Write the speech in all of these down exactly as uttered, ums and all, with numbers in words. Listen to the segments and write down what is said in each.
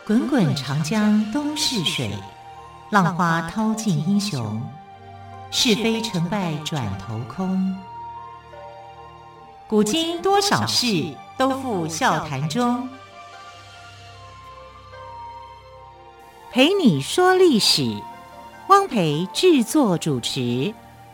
滚滚长江东逝水，浪花淘尽英雄。是非成败转头空。古今多少事，都付笑谈中。陪你说历史，汪培制作主持。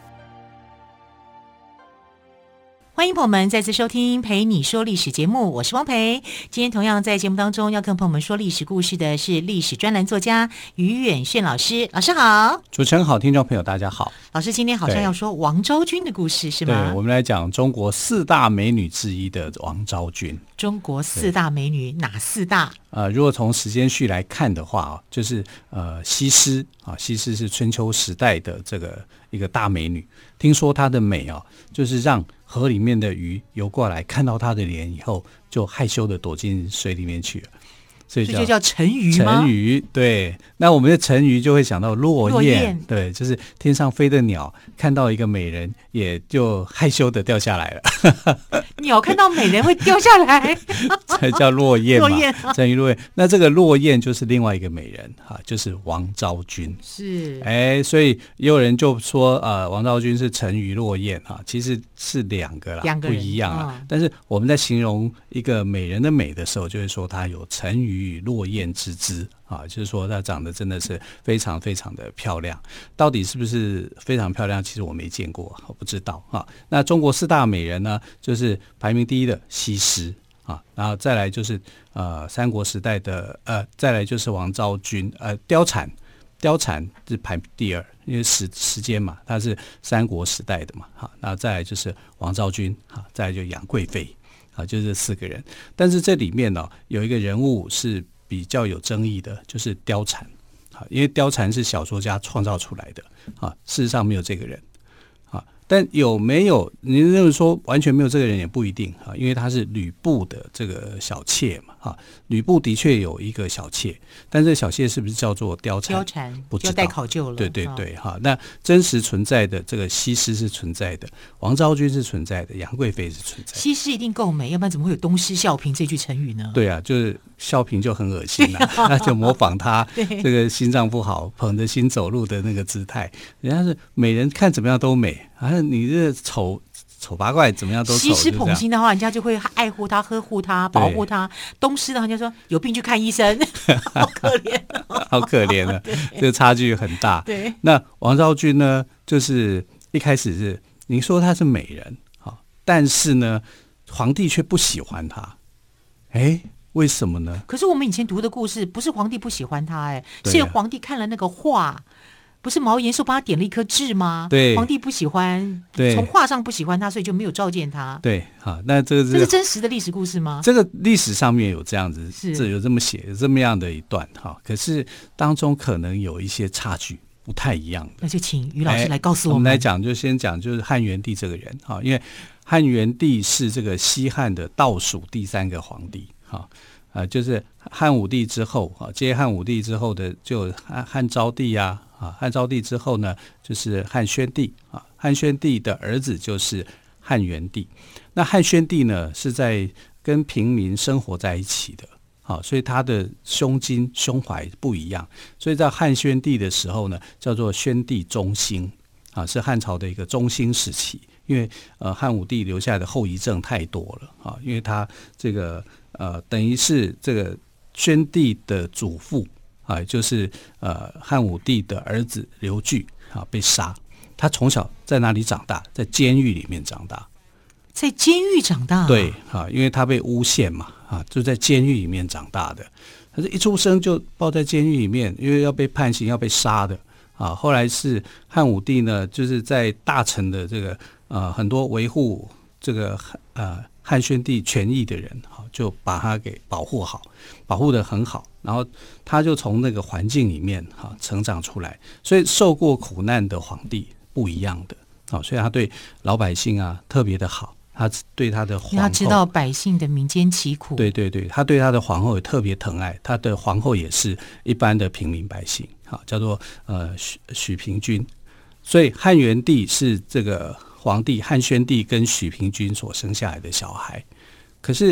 欢迎朋友们再次收听陪你说历史节目，我是汪培。今天同样在节目当中要跟朋友们说历史故事的是历史专栏作家于远炫老师。老师好。 主持人好，听众朋友大家好。 老师今天好像要说王昭君的故事是吗？ 对，我们来讲中国四大美女之一的王昭君。 中国四大美女哪四大？ 呃，如果从时间序来看的话，就是呃西施啊，西施是春秋时代的这个一个大美女。听说她的美啊，就是让河里面的鱼游过来，看到她的脸以后，就害羞的躲进水里面去了。所以就叫沉鱼吗？ 沉鱼，对。那我们的沉鱼就会想到落雁，落雁对，就是天上飞的鸟看到一个美人，也就害羞的掉下来了。 鸟看到美人会掉下来， 才叫落雁嘛。 落雁， 沉鱼落雁。那这个落雁就是另外一个美人哈，就是王昭君。 是， 哎，所以也有人就说，呃，王昭君是沉鱼落雁哈，其实是两个啦， 两个不一样啦、 嗯。 但是我们在形容一个美人的美的时候，就会说她有沉鱼与落雁之姿啊，就是说她长得真的是非常非常的漂亮。到底是不是非常漂亮？其实我没见过，我不知道啊。那中国四大美人呢，就是排名第一的西施啊，然后再来就是呃三国时代的呃，再来就是王昭君，呃貂蝉，貂蝉是排第二，因为时时间嘛，它是三国时代的嘛，好，那再来就是王昭君，好，再来就杨贵妃。啊，就这四个人，但是这里面呢、哦、有一个人物是比较有争议的，就是貂蝉。啊，因为貂蝉是小说家创造出来的，啊，事实上没有这个人。啊，但有没有你认为说完全没有这个人也不一定啊，因为他是吕布的这个小妾嘛，啊，吕布的确有一个小妾，但这个小妾是不是叫做貂蝉？ 貂蝉不知道， 就待考究了。 对对对，哈、哦，那真实存在的这个西施是存在的，王昭君是存在的，杨贵妃是存在的。 西施一定够美，要不然怎么会有东施效颦这句成语呢？ 对啊，就是效颦就很恶心啊，那就模仿她这个心脏不好捧着心走路的那个姿态，人家是美人看怎么样都美，啊，你这丑丑八怪怎么样都丑。 西施捧心的话，人家就会爱护她、呵护她、保护她；东施的话，人家说有病去看医生，好可怜、哦， 好可怜了，这个差距很大。 对， 那王昭君呢，就是一开始是您说她是美人，但是呢，皇帝却不喜欢她，哎。为什么呢？ 可是我们以前读的故事，不是皇帝不喜欢他、欸，哎、啊，是皇帝看了那个画，不是毛延寿帮他点了一颗痣吗？ 对， 皇帝不喜欢， 对， 从画上不喜欢他，所以就没有召见他。 对，好，那这个是这是真实的历史故事吗？ 这个历史上面有这样子， 是这有这么写，有这么样的一段哈，可是当中可能有一些差距。不太一样的， 那就请于老师来告诉我们。 我们来讲，就先讲就是汉元帝这个人哈，因为汉元帝是这个西汉的倒数第三个皇帝哈，呃，就是汉武帝之后啊，接汉武帝之后的就汉汉昭帝啊，啊，汉昭帝之后呢，就是汉宣帝啊，汉宣帝的儿子就是汉元帝。那汉宣帝呢，是在跟平民生活在一起的。好，所以他的胸襟胸怀不一样，所以在汉宣帝的时候呢，叫做宣帝中兴啊，是汉朝的一个中兴时期。因为呃汉武帝留下来的后遗症太多了啊，因为他这个呃等于是这个宣帝的祖父啊，就是呃汉武帝的儿子刘据啊被杀，他从小在哪里长大？在监狱里面长大。 在监狱长大、啊， 对啊，因为他被诬陷嘛，啊，就在监狱里面长大的。他是一出生就抱在监狱里面，因为要被判刑、要被杀的啊。后来是汉武帝呢，就是在大臣的这个呃很多维护这个呃汉宣帝权益的人，啊，就把他给保护好，保护得很好。然后他就从那个环境里面啊成长出来，所以受过苦难的皇帝不一样的啊，所以他对老百姓啊特别的好。他对他的皇后， 他知道百姓的民间疾苦， 对对对，他对他的皇后也特别疼爱，他的皇后也是一般的平民百姓，好，叫做呃许许平君。所以汉元帝是这个皇帝汉宣帝跟许平君所生下来的小孩。可是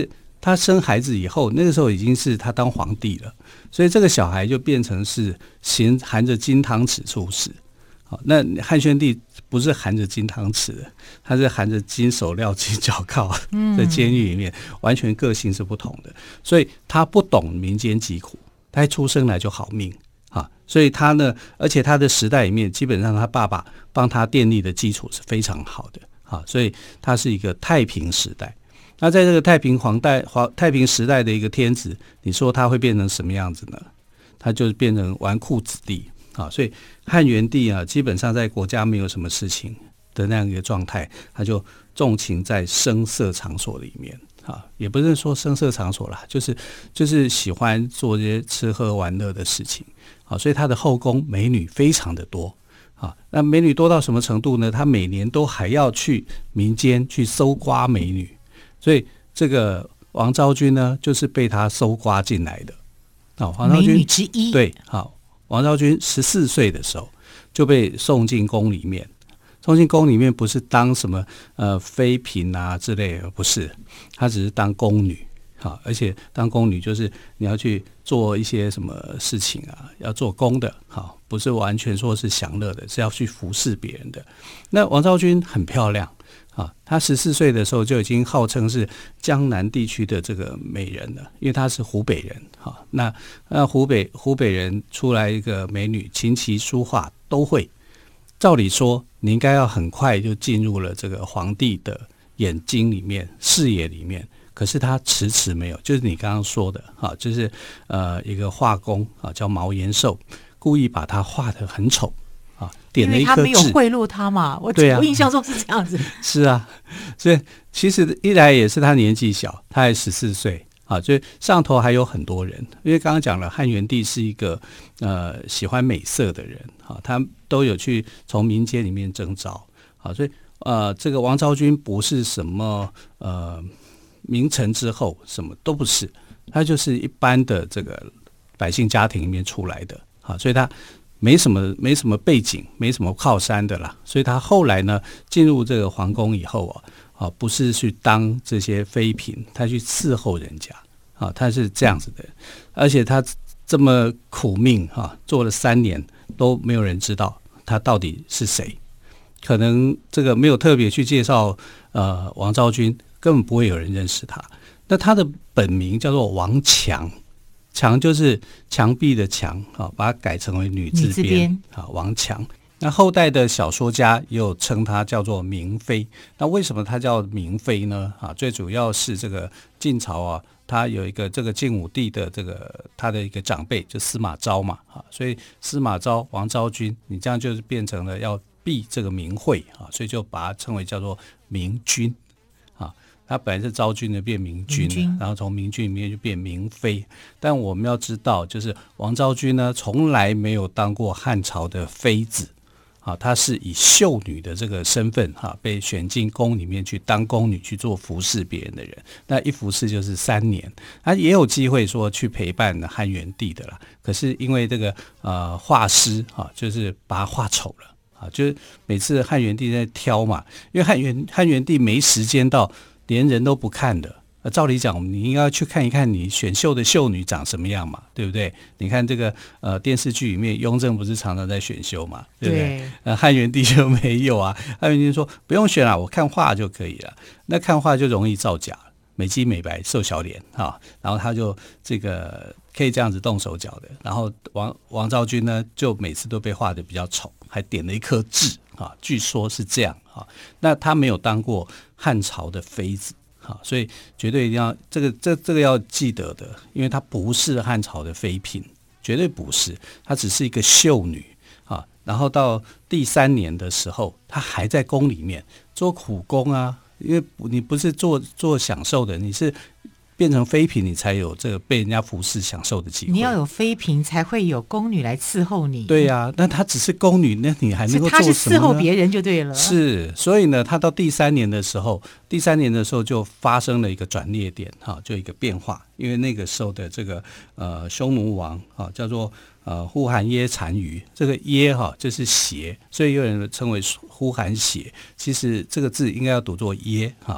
他生孩子以后，那个时候已经是他当皇帝了，所以这个小孩就变成是含含着金汤匙出世。好，那汉宣帝不是含着金汤匙的，他是含着金手镣、金脚铐，在监狱里面，完全个性是不同的。所以他不懂民间疾苦，他一出生来就好命啊，所以他呢，而且他的时代里面，基本上他爸爸帮他奠立的基础是非常好的啊，所以他是一个太平时代。那在这个太平皇代、太平时代的一个天子，你说他会变成什么样子呢？他就变成纨绔子弟啊，所以汉元帝啊，基本上在国家没有什么事情的那样一个状态，他就纵情在声色场所里面啊，也不是说声色场所啦，就是就是喜欢做这些吃喝玩乐的事情啊，所以他的后宫美女非常的多啊。那美女多到什么程度呢？他每年都还要去民间去搜刮美女。所以这个王昭君呢，就是被他搜刮进来的。好，王昭君美女之一。 对，好，王昭君十四岁的时候就被送进宫里面。送进宫里面不是当什么呃妃嫔啊之类的，不是，她只是当宫女。好，而且当宫女就是你要去做一些什么事情啊，要做工的。好，不是完全说是享乐的，是要去服侍别人的。那王昭君很漂亮。啊，她十四岁的时候就已经号称是江南地区的这个美人了，因为她是湖北人。啊，那那湖北湖北人出来一个美女，琴棋书画都会。照理说，你应该要很快就进入了这个皇帝的眼睛里面、视野里面，可是她迟迟没有。就是你刚刚说的，啊，就是呃一个画工啊，叫毛延寿，故意把她画得很丑。啊，点了一颗痣， 因为他没有贿赂他嘛，我、啊、我印象中是这样子。 是啊，所以其实一来也是他年纪小，他还十四岁啊，所以上头还有很多人。因为刚刚讲了，汉元帝是一个呃喜欢美色的人啊，他都有去从民间里面征召啊，所以呃这个王昭君不是什么呃名臣之后，什么都不是，他就是一般的这个百姓家庭里面出来的啊，所以他。没什么没什么背景，没什么靠山的啦，所以他后来呢进入这个皇宫以后啊，啊不是去当这些妃嫔，他去伺候人家啊，他是这样子的，而且他这么苦命啊，做了三年都没有人知道他到底是谁，可能这个没有特别去介绍呃王昭君，根本不会有人认识他。那他的本名叫做王强。墙就是墙壁的墙，把它改成为女字边，王强。那后代的小说家也有称她叫做明妃。那为什么她叫明妃呢？啊，最主要是这个晋朝啊，他有一个这个晋武帝的这个他的一个长辈，就司马昭嘛，啊，所以司马昭、王昭君，你这样就是变成了要避这个名讳啊，所以就把它称为叫做明君。他本来是昭君的变明君，然后从明君里面就变明妃。但我们要知道，就是王昭君呢，从来没有当过汉朝的妃子啊，她是以秀女的这个身份哈、啊，被选进宫里面去当宫女，去做服侍别人的人。那一服侍就是三年，她也有机会说去陪伴汉元帝的啦。可是因为这个呃画师啊，就是把她画丑了啊，就是每次汉元帝在挑嘛，因为汉元汉元帝没时间到。连人都不看的，呃，照理讲，你应该去看一看你选秀的秀女长什么样嘛，对不对？你看这个呃电视剧里面，雍正不是常常在选秀嘛，对不对？对呃，汉元帝就没有啊，汉元帝说不用选了，我看画就可以了。那看画就容易造假，美肌美白瘦小脸啊，然后他就这个可以这样子动手脚的。然后王王昭君呢，就每次都被画得比较丑，还点了一颗痣啊，据说是这样啊。那他没有当过汉朝的妃子，好，所以绝对一定要这个这这个要记得的，因为她不是汉朝的妃嫔，绝对不是，她只是一个秀女啊。然后到第三年的时候，她还在宫里面做苦工啊，因为你不是做做享受的，你是变成妃嫔，你才有这个被人家服侍享受的机会。 你要有妃嫔，才会有宫女来伺候你。 对呀、啊，那她只是宫女，那你还能够做什么呢？ 她是伺候别人就对了。 是，所以呢，她到第三年的时候，第三年的时候就发生了一个转捩点，哈，就一个变化。因为那个时候的这个呃匈奴王啊，叫做呃呼韩耶单于，这个耶哈就是邪，所以有人称为呼韩邪。其实这个字应该要读作耶哈。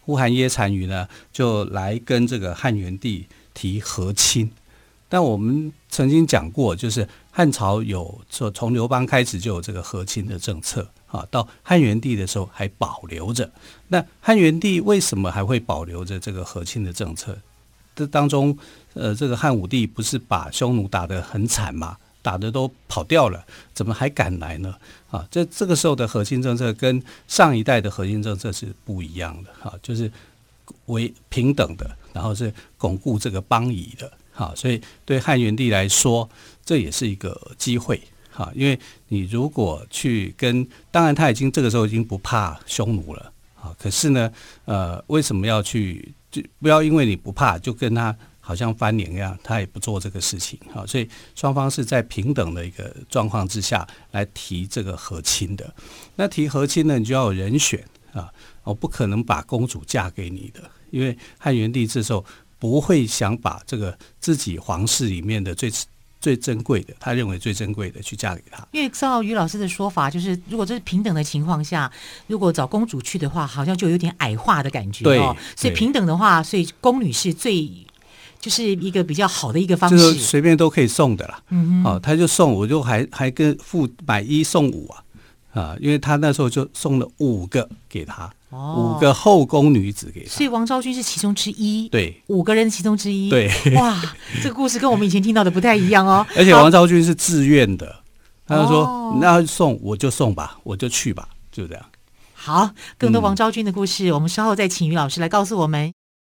呼韩耶单于呢就来跟这个汉元帝提和亲。但我们曾经讲过，就是汉朝有从刘邦开始就有这个和亲的政策啊，到汉元帝的时候还保留着。那汉元帝为什么还会保留着这个和亲的政策？这当中，呃，这个汉武帝不是把匈奴打得很惨吗？打得都跑掉了，怎么还敢来呢？啊，这这个时候的和亲政策跟上一代的和亲政策是不一样的啊，就是为平等的，然后是巩固这个邦谊的。好，所以对汉元帝来说，这也是一个机会。好，因为你如果去跟，当然他已经这个时候已经不怕匈奴了。好，可是呢，呃，为什么要去？就不要因为你不怕，就跟他好像翻脸一样，他也不做这个事情。好，所以双方是在平等的一个状况之下来提这个和亲的。那提和亲呢，你就要有人选啊，我不可能把公主嫁给你的，因为汉元帝这时候不会想把这个自己皇室里面的最最珍贵的，他认为最珍贵的去嫁给他。 因为照于老师的说法，就是如果这是平等的情况下，如果找公主去的话，好像就有点矮化的感觉。 对， 哦，所以平等的话，所以宫女是最就是一个比较好的一个方式， 就是随便都可以送的啦。 嗯哼， 哦，他就送，我就还还跟付买一送五啊啊，因为他那时候就送了五个给他。哦，五个后宫女子给他， 所以王昭君是其中之一。 对， 五个人其中之一。 对， 哇，这个故事跟我们以前听到的不太一样哦。 而且王昭君是自愿的，他就说：“哦，那送我就送吧，我就去吧。”就这样。 好，更多王昭君的故事，嗯，我们稍后再请于老师来告诉我们。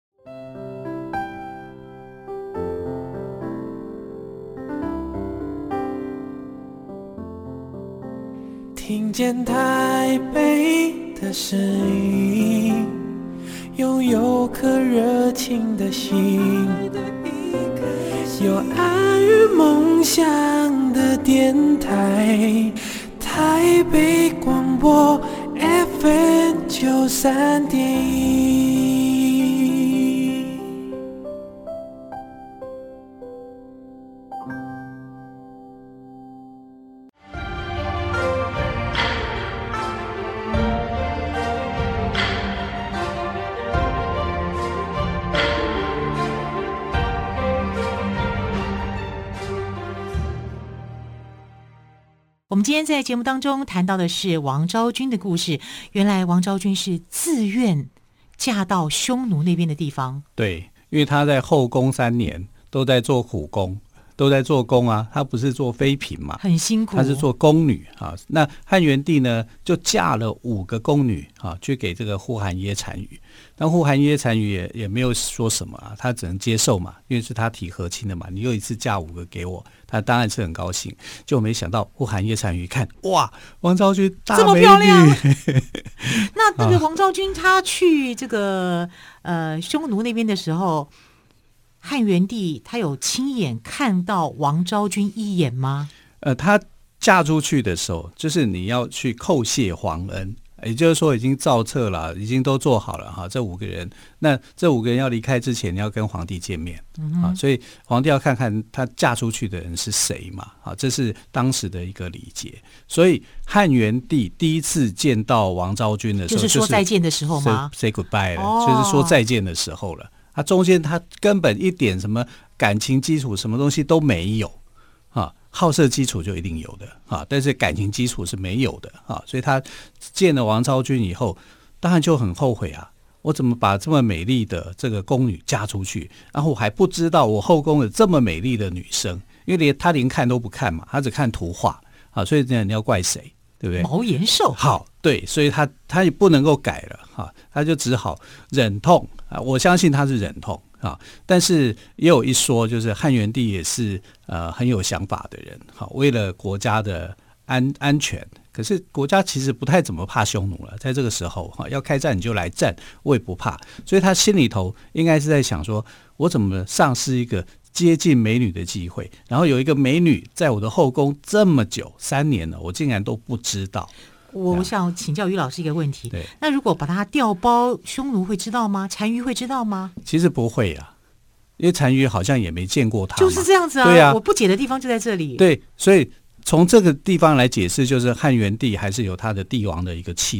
听见台北的声音，拥有颗热情的心，有爱与梦想的电台，台北广播 F M 九三点一。 我们今天在节目当中谈到的是王昭君的故事。原来王昭君是自愿嫁到匈奴那边的地方。 对，因为她在后宫三年都在做苦工，都在做工啊，她不是做妃嫔嘛， 很辛苦， 她是做宫女啊。那汉元帝呢，就嫁了五个宫女啊，去给这个呼韩耶单于。但呼韩耶单于也也没有说什么啊，他只能接受嘛，因为是他提和亲的嘛，你又一次嫁五个给我，他当然是很高兴。就没想到呼韩耶单于看，哇，王昭君大美女， 这么漂亮。那那个王昭君她去这个呃匈奴那边的时候，汉元帝他有亲眼看到王昭君一眼吗？ 呃，她嫁出去的时候，就是你要去叩谢皇恩。也就是说已经造册了，已经都做好了哈。这五个人，那这五个人要离开之前，你要跟皇帝见面，嗯，啊，所以皇帝要看看他嫁出去的人是谁嘛，啊，这是当时的一个礼节。所以汉元帝第一次见到王昭君的时候， 就是说再见的时候吗？ say, say goodbye 了， 哦， 就是说再见的时候了。他中间他根本一点什么感情基础什么东西都没有啊。好色基础就一定有的啊，但是感情基础是没有的啊，所以他见了王昭君以后，当然就很后悔啊，我怎么把这么美丽的这个宫女嫁出去，然后我还不知道我后宫有这么美丽的女生，因为连他连看都不看嘛，他只看图画啊，所以这样你要怪谁？对不对？ 毛延寿。 好，对，所以他他也不能够改了哈，他就只好忍痛啊，我相信他是忍痛。啊，但是也有一说，就是汉元帝也是呃很有想法的人，好，为了国家的安安全，可是国家其实不太怎么怕匈奴了，在这个时候哈，要开战你就来战，我也不怕，所以他心里头应该是在想说，我怎么丧失一个接近美女的机会，然后有一个美女在我的后宫这么久三年了，我竟然都不知道。 我想请教于老师一个问题， 对， 那如果把它调包，匈奴会知道吗？单于会知道吗？ 其实不会啊，因为单于好像也没见过他， 就是这样子啊。 对啊， 我不解的地方就在这里。 对，所以从这个地方来解释，就是汉元帝还是有他的帝王的一个气度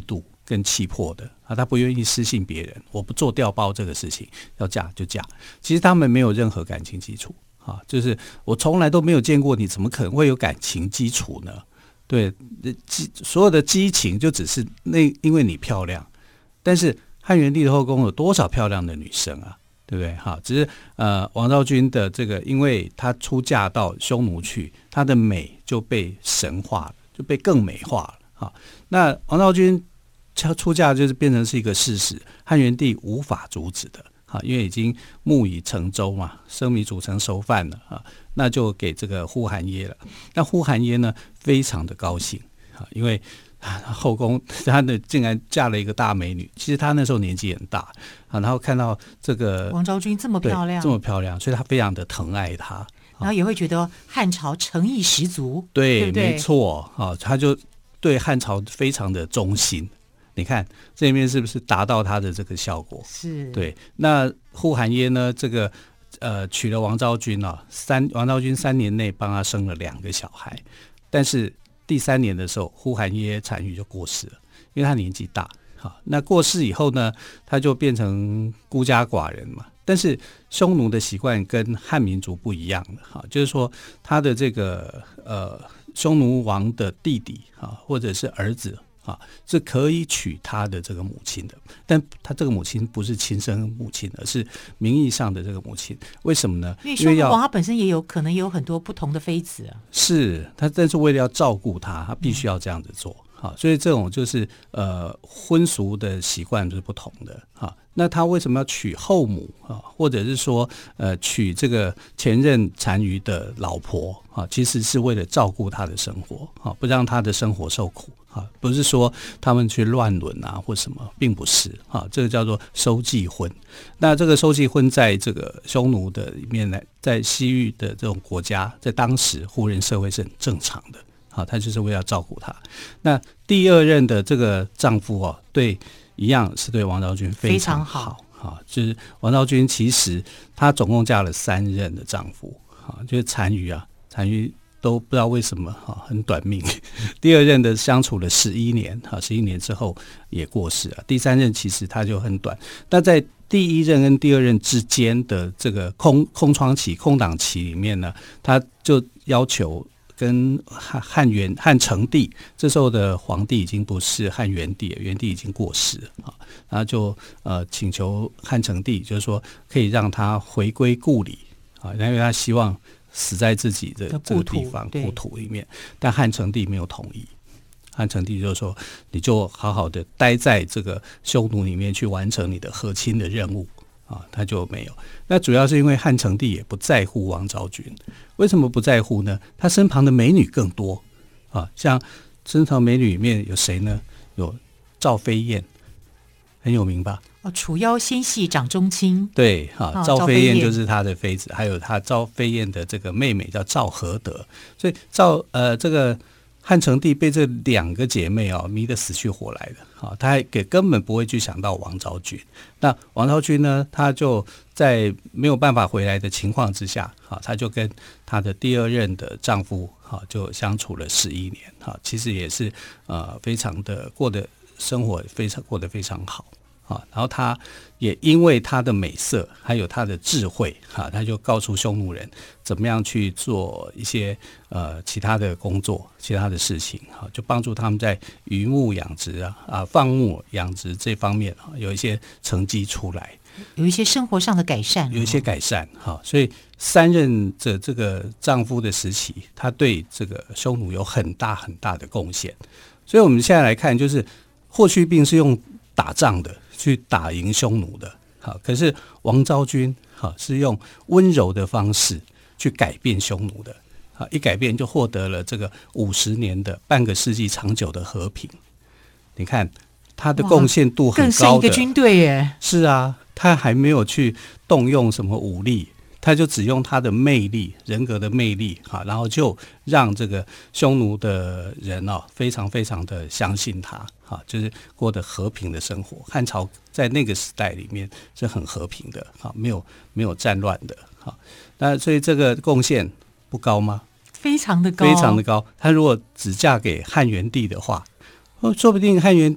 跟气魄的啊，他不愿意失信别人，我不做调包这个事情，要嫁就嫁。其实他们没有任何感情基础啊，就是我从来都没有见过你，怎么可能会有感情基础呢？对，所有的激情就只是那因为你漂亮，但是汉元帝的后宫有多少漂亮的女生啊？对不对？哈，只是呃，王昭君的这个，因为她出嫁到匈奴去，她的美就被神化了，就被更美化了。哈，那王昭君她出嫁就是变成是一个事实，汉元帝无法阻止的。哈，因为已经木已成舟嘛，生米煮成熟饭了啊，那就给这个呼韩耶了。那呼韩耶呢，非常的高兴啊，因为后宫她的竟然嫁了一个大美女，其实她那时候年纪很大啊，然后看到这个王昭君这么漂亮， 这么漂亮，所以她非常的疼爱她， 然后也会觉得汉朝诚意十足， 对， 对不对？ 没错啊，她就对汉朝非常的忠心。你看这边是不是达到他的这个效果？ 是， 对。那呼韩耶呢？这个呃娶了王昭君啊，三王昭君三年内帮他生了两个小孩，但是第三年的时候，呼韩耶单于就过世了，因为他年纪大。好，那过世以后呢，他就变成孤家寡人嘛。但是匈奴的习惯跟汉民族不一样了，哈，就是说他的这个呃匈奴王的弟弟啊，或者是儿子。啊，是可以娶他的这个母亲的，但他这个母亲不是亲生母亲，而是名义上的这个母亲。为什么呢？ 因为匈奴王他本身也有可能也有很多不同的妃子啊。 是他，但是为了要照顾他，他必须要这样子做。好，所以这种就是呃婚俗的习惯是不同的。好，那他为什么要娶后母啊？或者是说呃娶这个前任单于的老婆啊？其实是为了照顾他的生活啊，不让他的生活受苦。啊，不是说他们去乱伦啊或什么，并不是啊，这个叫做收继婚。那这个收继婚在这个匈奴的里面呢，在西域的这种国家，在当时胡人社会是很正常的。啊，他就是为了照顾他。那第二任的这个丈夫哦，对，一样是对王昭君非常好。啊，就是王昭君其实她总共嫁了三任的丈夫。啊，就是单于啊，单于。都不知道为什么哈，很短命。第二任的相处了十一年，哈，十一年之后也过世了。第三任其实他就很短，但在第一任跟第二任之间的这个空空窗期、空档期里面呢，他就要求跟汉汉元汉成帝，这时候的皇帝已经不是汉元帝了，元帝已经过世了啊，然后就呃请求汉成帝，就是说可以让他回归故里啊，因为他希望。死在自己的这个地方故土里面，但汉成帝没有同意。汉成帝就说：“你就好好的待在这个匈奴里面去完成你的和亲的任务啊。”他就没有。那主要是因为汉成帝也不在乎王昭君。为什么不在乎呢？他身旁的美女更多啊，像身旁美女里面有谁呢？有赵飞燕，很有名吧？ 哦，楚腰纤细长中青， 对哈、啊，赵飞燕就是他的妃子，还有他赵飞燕的这个妹妹叫赵合德，所以赵呃这个汉成帝被这两个姐妹哦迷得死去活来的，啊，他还给根本不会去想到王昭君。那王昭君呢，他就在没有办法回来的情况之下，啊，他就跟他的第二任的丈夫，啊，就相处了十一年，啊，其实也是呃非常的过得生活非常过得非常好。啊，然后他也因为他的美色还有他的智慧，啊，他就告诉匈奴人怎么样去做一些呃其他的工作、其他的事情，啊，就帮助他们在渔牧养殖啊、啊放牧养殖这方面啊有一些成绩出来， 有一些生活上的改善， 有一些改善。哈，所以三任的这个丈夫的时期，他对这个匈奴有很大很大的贡献。所以我们现在来看，就是霍去病是用打仗的。去打赢匈奴的，好，可是王昭君好是用温柔的方式去改变匈奴的，好，一改变就获得了这个五十年的半个世纪长久的和平。你看他的贡献度很高的， 更胜一个军队耶。 是啊，他还没有去动用什么武力，他就只用他的魅力、人格的魅力，好，然后就让这个匈奴的人哦，非常非常的相信他，好，就是过得和平的生活。汉朝在那个时代里面是很和平的，好，没有没有战乱的，好，那所以这个贡献不高吗？ 非常的高， 非常的高。他如果只嫁给汉元帝的话，哦，说不定汉元帝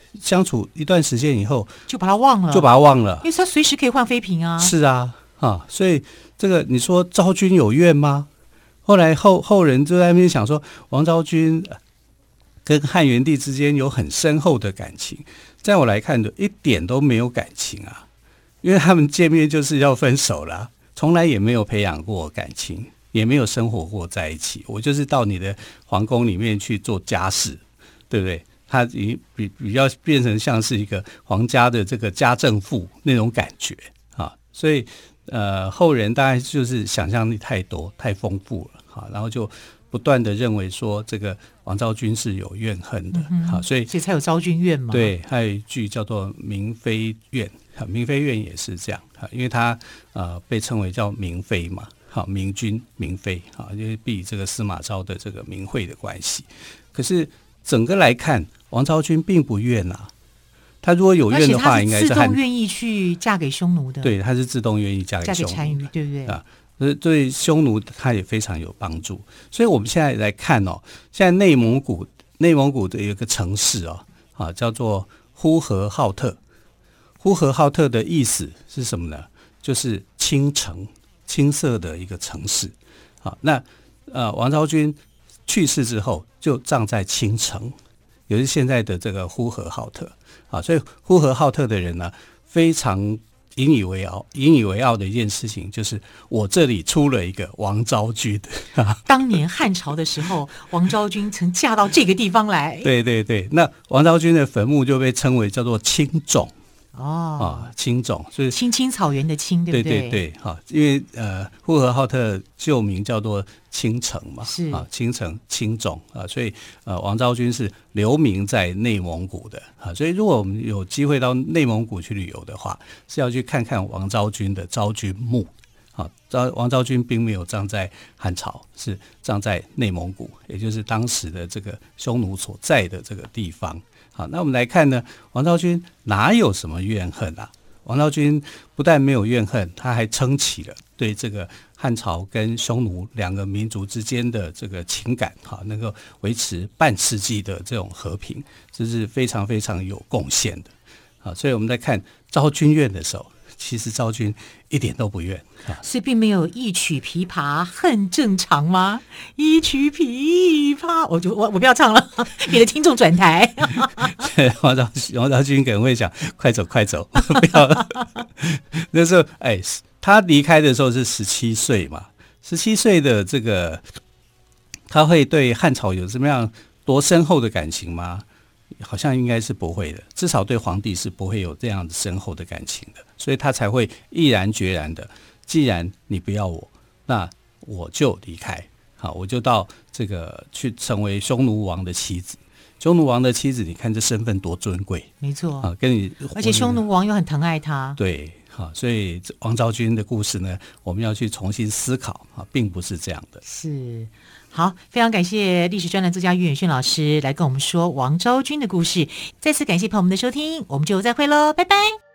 相处一段时间以后就把他忘了， 就把他忘了， 因为他随时可以换妃嫔啊。 是啊，啊，所以这个你说昭君有怨吗？后来后后人就在那边想说，王昭君跟汉元帝之间有很深厚的感情，在我来看的一点都没有感情啊，因为他们见面就是要分手了，从来也没有培养过感情，也没有生活过在一起。我就是到你的皇宫里面去做家事，对不对？他比比比较变成像是一个皇家的这个家政妇那种感觉啊，所以呃后人大概就是想象力太多太丰富了啊，然后就不断的认为说这个王昭君是有怨恨的、嗯、啊，所以所以才有昭君怨嘛。 对，还有一句叫做明妃怨，明妃怨也是这样啊，因为她呃被称为叫明妃嘛，好明君明妃啊，因为避这个司马昭的这个名讳的关系。可是整个来看，王昭君并不怨啊，她如果有怨的话，应该是自动愿意去嫁给匈奴的。 对，她是自动愿意嫁给匈奴， 嫁给单于，对不对啊？ 对匈奴她也非常有帮助。所以我们现在来看哦，现在内蒙古内蒙古的有一个城市哦，啊叫做呼和浩特。呼和浩特的意思是什么呢？就是青城，青色的一个城市。好，那呃王昭君去世之后就葬在青城，也就是现在的这个呼和浩特啊。所以呼和浩特的人呢，非常引以为傲，引以为傲的一件事情就是我这里出了一个王昭君。 当年汉朝的时候，王昭君曾嫁到这个地方来。 对对对，那王昭君的坟墓就被称为叫做青冢。 哦， 啊，青冢，所以青青草原的青，对不对？ 对对对，好，因为呃，呼和浩特旧名叫做青城嘛， 是啊，青城青冢啊，所以呃，王昭君是留名在内蒙古的啊，所以如果我们有机会到内蒙古去旅游的话，是要去看看王昭君的昭君墓。啊，王昭君并没有葬在汉朝，是葬在内蒙古，也就是当时的这个匈奴所在的这个地方。好，那我们来看呢，王昭君哪有什么怨恨啊？王昭君不但没有怨恨，她还撑起了对这个汉朝跟匈奴两个民族之间的这个情感，哈，能够维持半世纪的这种和平，这是非常非常有贡献的。好，所以我们在看昭君怨的时候，其实昭君一点都不怨， 所以并没有一曲琵琶恨正常吗？一曲琵琶，我就我我不要唱了，你的听众转台。 王昭王昭君可能会想，快走快走，不要了。那时候，哎，他离开的时候是十七岁嘛，十七岁的这个，他会对汉朝有什么样多深厚的感情吗？好像应该是不会的，至少对皇帝是不会有这样的深厚的感情的，所以他才会毅然决然的，既然你不要我，那我就离开，好，我就到这个去成为匈奴王的妻子。匈奴王的妻子，你看这身份多尊贵， 没错啊，跟你， 而且匈奴王又很疼爱他， 对，好，所以王昭君的故事呢，我们要去重新思考啊，并不是这样的， 是。好，非常感谢历史专栏作家于远逊老师来跟我们说王昭君的故事。再次感谢朋友们的收听，我们就再会喽，拜拜。